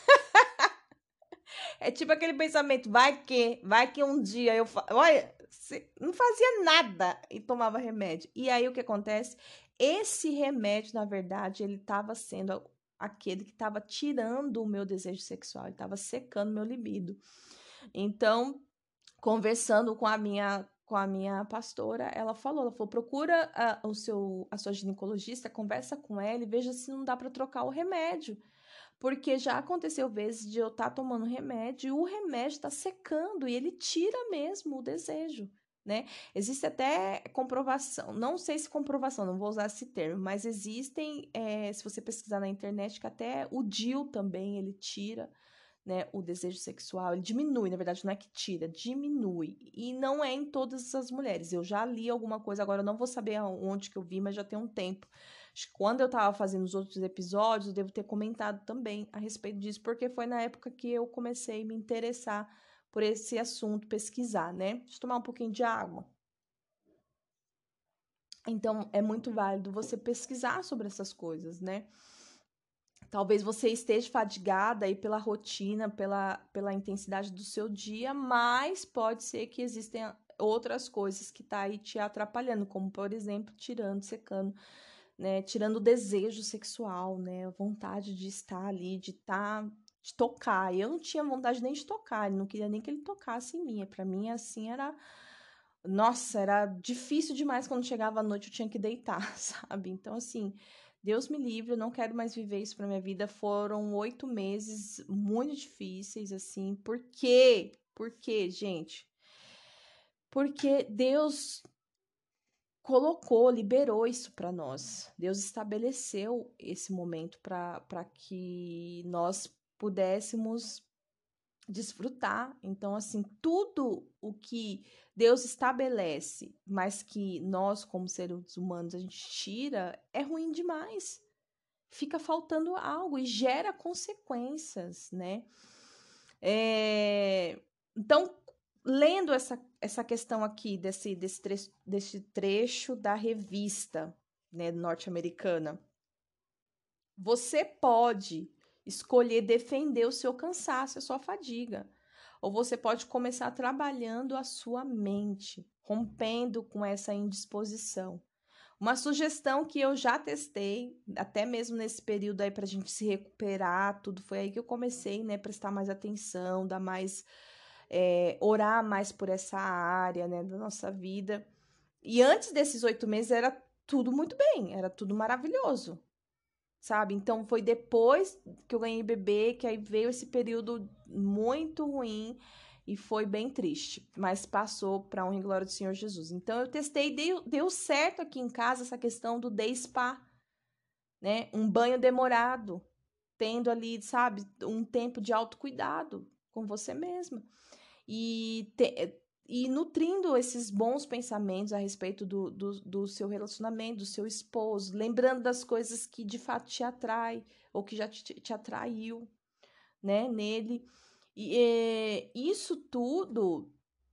É tipo aquele pensamento, vai que um dia olha, não fazia nada e tomava remédio. E aí o que acontece? Esse remédio, na verdade, ele estava sendo aquele que estava tirando o meu desejo sexual, ele estava secando meu libido. Então, conversando com a minha pastora, ela falou, procura a sua ginecologista, conversa com ela e veja se não dá para trocar o remédio. Porque já aconteceu vezes de eu estar tomando remédio e o remédio está secando e ele tira mesmo o desejo, né? Existe até comprovação, não sei se comprovação, não vou usar esse termo, mas existem, se você pesquisar na internet, que até o DIU também ele tira, né, o desejo sexual, ele diminui, na verdade não é que tira, diminui, e não é em todas as mulheres. Eu já li alguma coisa, agora eu não vou saber onde que eu vi, mas já tem um tempo. Acho que quando eu tava fazendo os outros episódios, eu devo ter comentado também a respeito disso, porque foi na época que eu comecei a me interessar por esse assunto, pesquisar, né? Deixa eu tomar um pouquinho de água. Então, é muito válido você pesquisar sobre essas coisas, né? Talvez você esteja fadigada aí pela rotina, pela intensidade do seu dia, mas pode ser que existem outras coisas que tá aí te atrapalhando, como, por exemplo, tirando, secando, né? Tirando o desejo sexual, né? A vontade de estar ali, de tocar. Eu não tinha vontade nem de tocar, não queria nem que ele tocasse em mim. Para mim, assim, nossa, era difícil demais quando chegava a noite, eu tinha que deitar, sabe? Então, assim, Deus me livre, eu não quero mais viver isso pra minha vida. Foram 8 meses muito difíceis, assim. Por quê? Por quê, gente? Porque Deus colocou, liberou isso para nós. Deus estabeleceu esse momento para que nós pudéssemos desfrutar. Então, assim, tudo o que Deus estabelece, mas que nós, como seres humanos, a gente tira, é ruim demais. Fica faltando algo e gera consequências, né? Então, lendo essa questão aqui desse trecho da revista, né, norte-americana, você pode escolher defender o seu cansaço, a sua fadiga. Ou você pode começar trabalhando a sua mente, rompendo com essa indisposição. Uma sugestão que eu já testei, até mesmo nesse período aí para a gente se recuperar, tudo foi aí que eu comecei, né, prestar mais atenção, dar mais, orar mais por essa área, né, da nossa vida. E antes desses 8 meses era tudo muito bem, era tudo maravilhoso, sabe? Então foi depois que eu ganhei bebê que aí veio esse período muito ruim e foi bem triste, mas passou para a honra e glória do Senhor Jesus. Então eu testei, deu certo aqui em casa essa questão do day spa, né? Um banho demorado, tendo ali, sabe, um tempo de autocuidado com você mesma. E nutrindo esses bons pensamentos a respeito do seu relacionamento, do seu esposo, lembrando das coisas que de fato te atrai, ou que já te atraiu, né, nele. E isso tudo,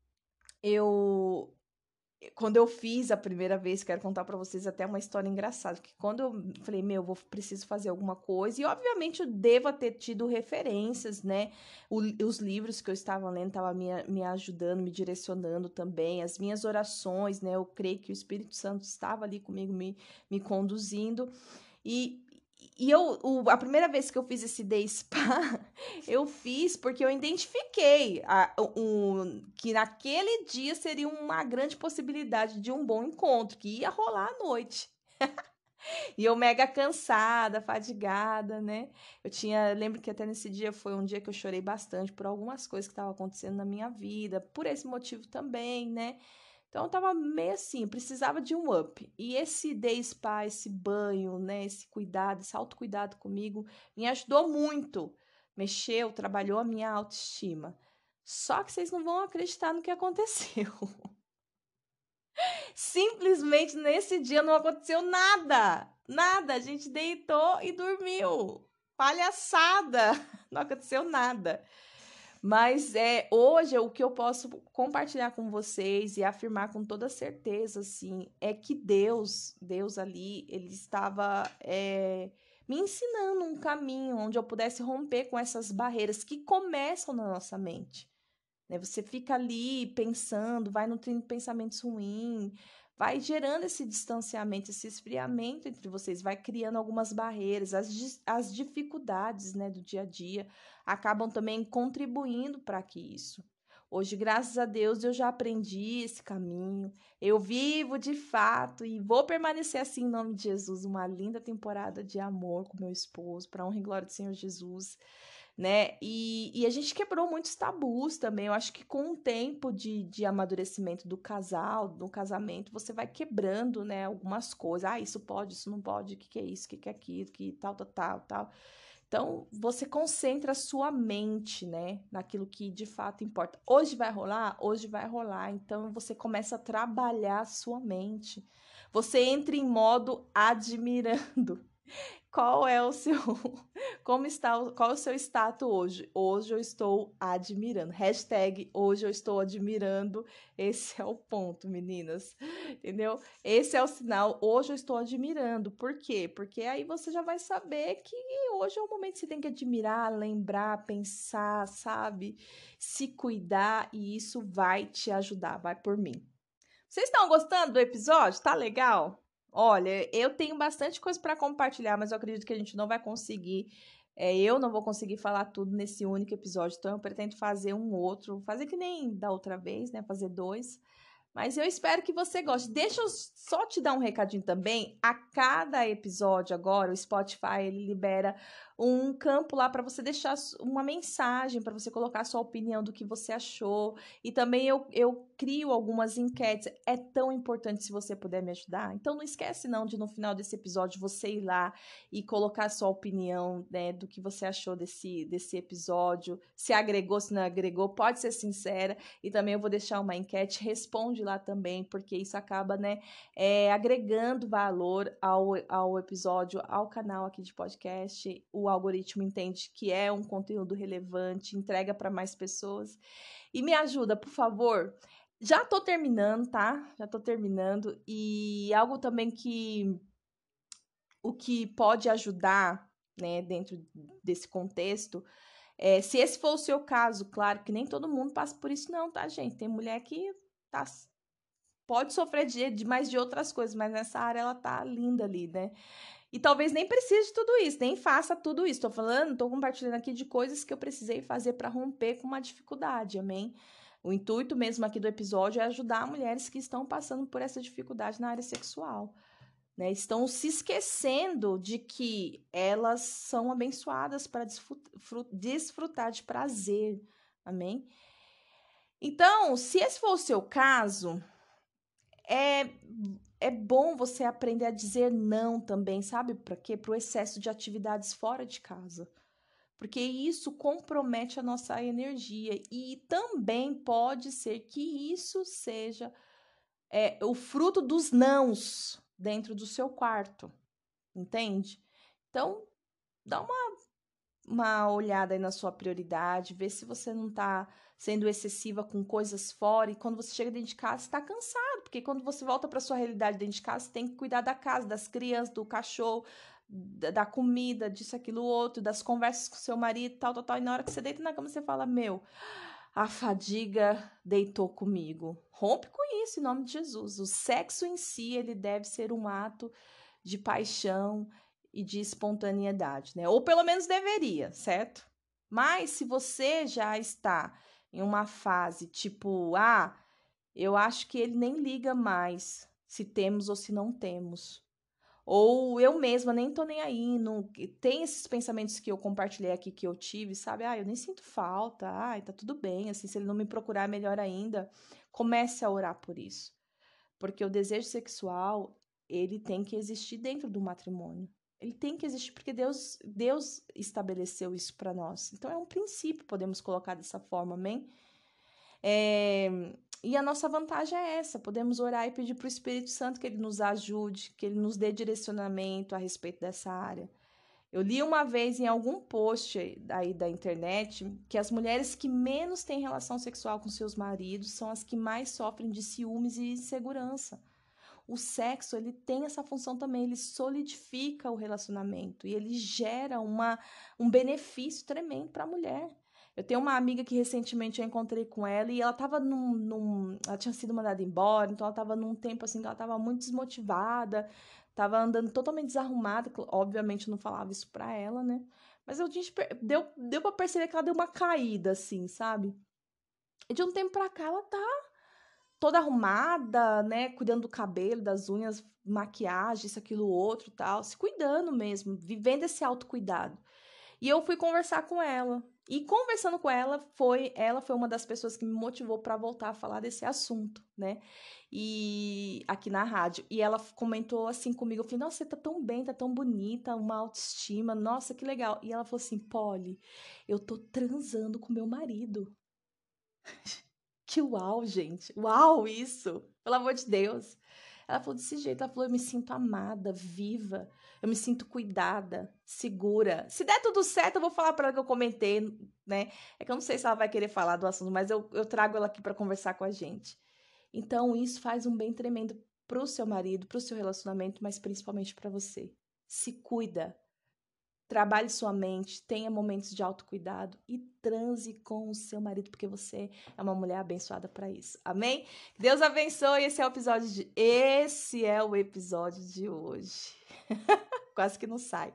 quando eu fiz a primeira vez, quero contar para vocês até uma história engraçada, que quando eu falei, preciso fazer alguma coisa, e obviamente eu devo ter tido referências, né, os livros que eu estava lendo estavam me ajudando, me direcionando também, as minhas orações, né, eu creio que o Espírito Santo estava ali comigo, me conduzindo, e a primeira vez que eu fiz esse day spa, eu fiz porque eu identifiquei que naquele dia seria uma grande possibilidade de um bom encontro, que ia rolar à noite. E eu mega cansada, fadigada, né? Lembro que até nesse dia foi um dia que eu chorei bastante por algumas coisas que estavam acontecendo na minha vida, por esse motivo também, né? Então eu tava meio assim, precisava de um up. E esse day spa, esse banho, né, esse cuidado, esse autocuidado comigo, me ajudou muito. Mexeu, trabalhou a minha autoestima. Só que vocês não vão acreditar no que aconteceu. Simplesmente nesse dia não aconteceu nada. Nada. A gente deitou e dormiu. Palhaçada. Não aconteceu nada. Mas hoje o que eu posso compartilhar com vocês e afirmar com toda certeza, assim, é que Deus ali, ele estava me ensinando um caminho onde eu pudesse romper com essas barreiras que começam na nossa mente. Né? Você fica ali pensando, vai nutrindo pensamentos ruins, vai gerando esse distanciamento, esse esfriamento entre vocês, vai criando algumas barreiras, as dificuldades, né, do dia a dia acabam também contribuindo para que isso. Hoje, graças a Deus, eu já aprendi esse caminho, eu vivo de fato e vou permanecer assim em nome de Jesus, uma linda temporada de amor com meu esposo, para a honra e glória do Senhor Jesus, né? E a gente quebrou muitos tabus também. Eu acho que com o tempo de amadurecimento do casal, do casamento, você vai quebrando, né, algumas coisas. Ah, isso pode, isso não pode, o que é isso, o que é aquilo, que tal, tal, tal, tal. Então, você concentra a sua mente, né, naquilo que de fato importa. Hoje vai rolar? Hoje vai rolar. Então, você começa a trabalhar a sua mente. Você entra em modo admirando. Qual é o seu, qual é o seu status hoje? Hoje eu estou admirando. Hashtag hoje eu estou admirando. Esse é o ponto, meninas. Entendeu? Esse é o sinal. Hoje eu estou admirando. Por quê? Porque aí você já vai saber que hoje é o momento que você tem que admirar, lembrar, pensar, sabe? Se cuidar e isso vai te ajudar. Vai por mim. Vocês estão gostando do episódio? Tá legal? Olha, eu tenho bastante coisa para compartilhar, mas eu acredito que a gente não vai conseguir. Eu não vou conseguir falar tudo nesse único episódio, então eu pretendo fazer um outro, fazer que nem da outra vez, né? Fazer dois. Mas eu espero que você goste. Deixa eu só te dar um recadinho também. A cada episódio agora, o Spotify ele libera um campo lá para você deixar uma mensagem, para você colocar a sua opinião do que você achou. E também eu crio algumas enquetes. É tão importante se você puder me ajudar. Então não esquece não de no final desse episódio você ir lá e colocar a sua opinião, né, do que você achou desse episódio. Se agregou, se não agregou, pode ser sincera. E também eu vou deixar uma enquete, responde lá também, porque isso acaba, né, agregando valor ao episódio, ao canal aqui de podcast. O algoritmo entende que é um conteúdo relevante, entrega para mais pessoas. E me ajuda, por favor. Já tô terminando, tá? Já tô terminando. E algo também o que pode ajudar, né, dentro desse contexto, se esse for o seu caso, claro que nem todo mundo passa por isso não, tá, gente? Tem mulher que tá, pode sofrer de mais de outras coisas, mas nessa área ela tá linda ali, né? E talvez nem precise de tudo isso, nem faça tudo isso. Tô compartilhando aqui de coisas que eu precisei fazer para romper com uma dificuldade, amém? O intuito mesmo aqui do episódio é ajudar mulheres que estão passando por essa dificuldade na área sexual. Né, estão se esquecendo de que elas são abençoadas para desfrutar de prazer, amém? Então, se esse for o seu caso, é bom você aprender a dizer não também, sabe? Para quê? Para o excesso de atividades fora de casa. Porque isso compromete a nossa energia. E também pode ser que isso seja o fruto dos nãos dentro do seu quarto. Entende? Então, dá uma olhada aí na sua prioridade, vê se você não tá sendo excessiva com coisas fora e quando você chega dentro de casa, você tá cansado, porque quando você volta para sua realidade dentro de casa, você tem que cuidar da casa, das crianças, do cachorro, da comida, disso, aquilo, outro, das conversas com seu marido, tal, tal, tal, e na hora que você deita na cama, você fala, a fadiga deitou comigo. Rompe com isso, em nome de Jesus. O sexo em si, ele deve ser um ato de paixão e de espontaneidade, né? Ou pelo menos deveria, certo? Mas se você já está em uma fase tipo, eu acho que ele nem liga mais se temos ou se não temos. Ou eu mesma nem tô nem aí, não, tem esses pensamentos que eu compartilhei aqui que eu tive, sabe? Eu nem sinto falta, tá tudo bem, assim, se ele não me procurar, melhor ainda. Comece a orar por isso. Porque o desejo sexual, ele tem que existir dentro do matrimônio. Ele tem que existir porque Deus estabeleceu isso para nós. Então é um princípio, podemos colocar dessa forma, amém? E a nossa vantagem é essa, podemos orar e pedir para o Espírito Santo que ele nos ajude, que ele nos dê direcionamento a respeito dessa área. Eu li uma vez em algum post aí da internet que as mulheres que menos têm relação sexual com seus maridos são as que mais sofrem de ciúmes e insegurança. O sexo, ele tem essa função também, ele solidifica o relacionamento e ele gera um benefício tremendo para a mulher. Eu tenho uma amiga que recentemente eu encontrei com ela e ela estava ela tinha sido mandada embora, então ela estava num tempo assim que ela estava muito desmotivada, estava andando totalmente desarrumada, obviamente eu não falava isso para ela, né? Mas deu para perceber que ela deu uma caída assim, sabe? E de um tempo para cá ela tá toda arrumada, né? Cuidando do cabelo, das unhas, maquiagem, isso, aquilo, outro, tal, se cuidando mesmo, vivendo esse autocuidado. E eu fui conversar com ela. E conversando com ela foi uma das pessoas que me motivou para voltar a falar desse assunto, né? E aqui na rádio. E ela comentou assim comigo, eu falei: "Nossa, você tá tão bem, tá tão bonita, uma autoestima, nossa, que legal". E ela falou assim: "Polly, eu tô transando com meu marido". Que uau, gente. Uau, isso. Pelo amor de Deus. Ela falou desse jeito. Ela falou: eu me sinto amada, viva. Eu me sinto cuidada, segura. Se der tudo certo, eu vou falar para ela que eu comentei, né? É que eu não sei se ela vai querer falar do assunto, mas eu trago ela aqui para conversar com a gente. Então, isso faz um bem tremendo pro seu marido, pro seu relacionamento, mas principalmente para você. Se cuida. Trabalhe sua mente, tenha momentos de autocuidado e transe com o seu marido, porque você é uma mulher abençoada para isso. Amém? Deus abençoe. Esse é o episódio de hoje. Quase que não sai.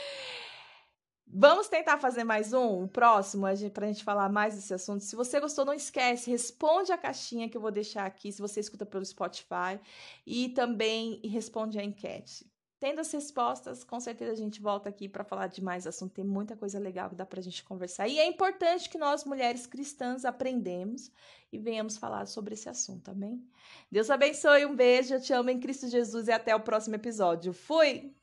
Vamos tentar fazer mais um próximo, para a gente falar mais desse assunto. Se você gostou, não esquece, responde a caixinha que eu vou deixar aqui, se você escuta pelo Spotify, e também responde a enquete. Tendo as respostas, com certeza a gente volta aqui para falar de mais assunto. Tem muita coisa legal que dá para a gente conversar. E é importante que nós, mulheres cristãs, aprendemos e venhamos falar sobre esse assunto, amém? Deus abençoe, um beijo, eu te amo em Cristo Jesus e até o próximo episódio. Fui!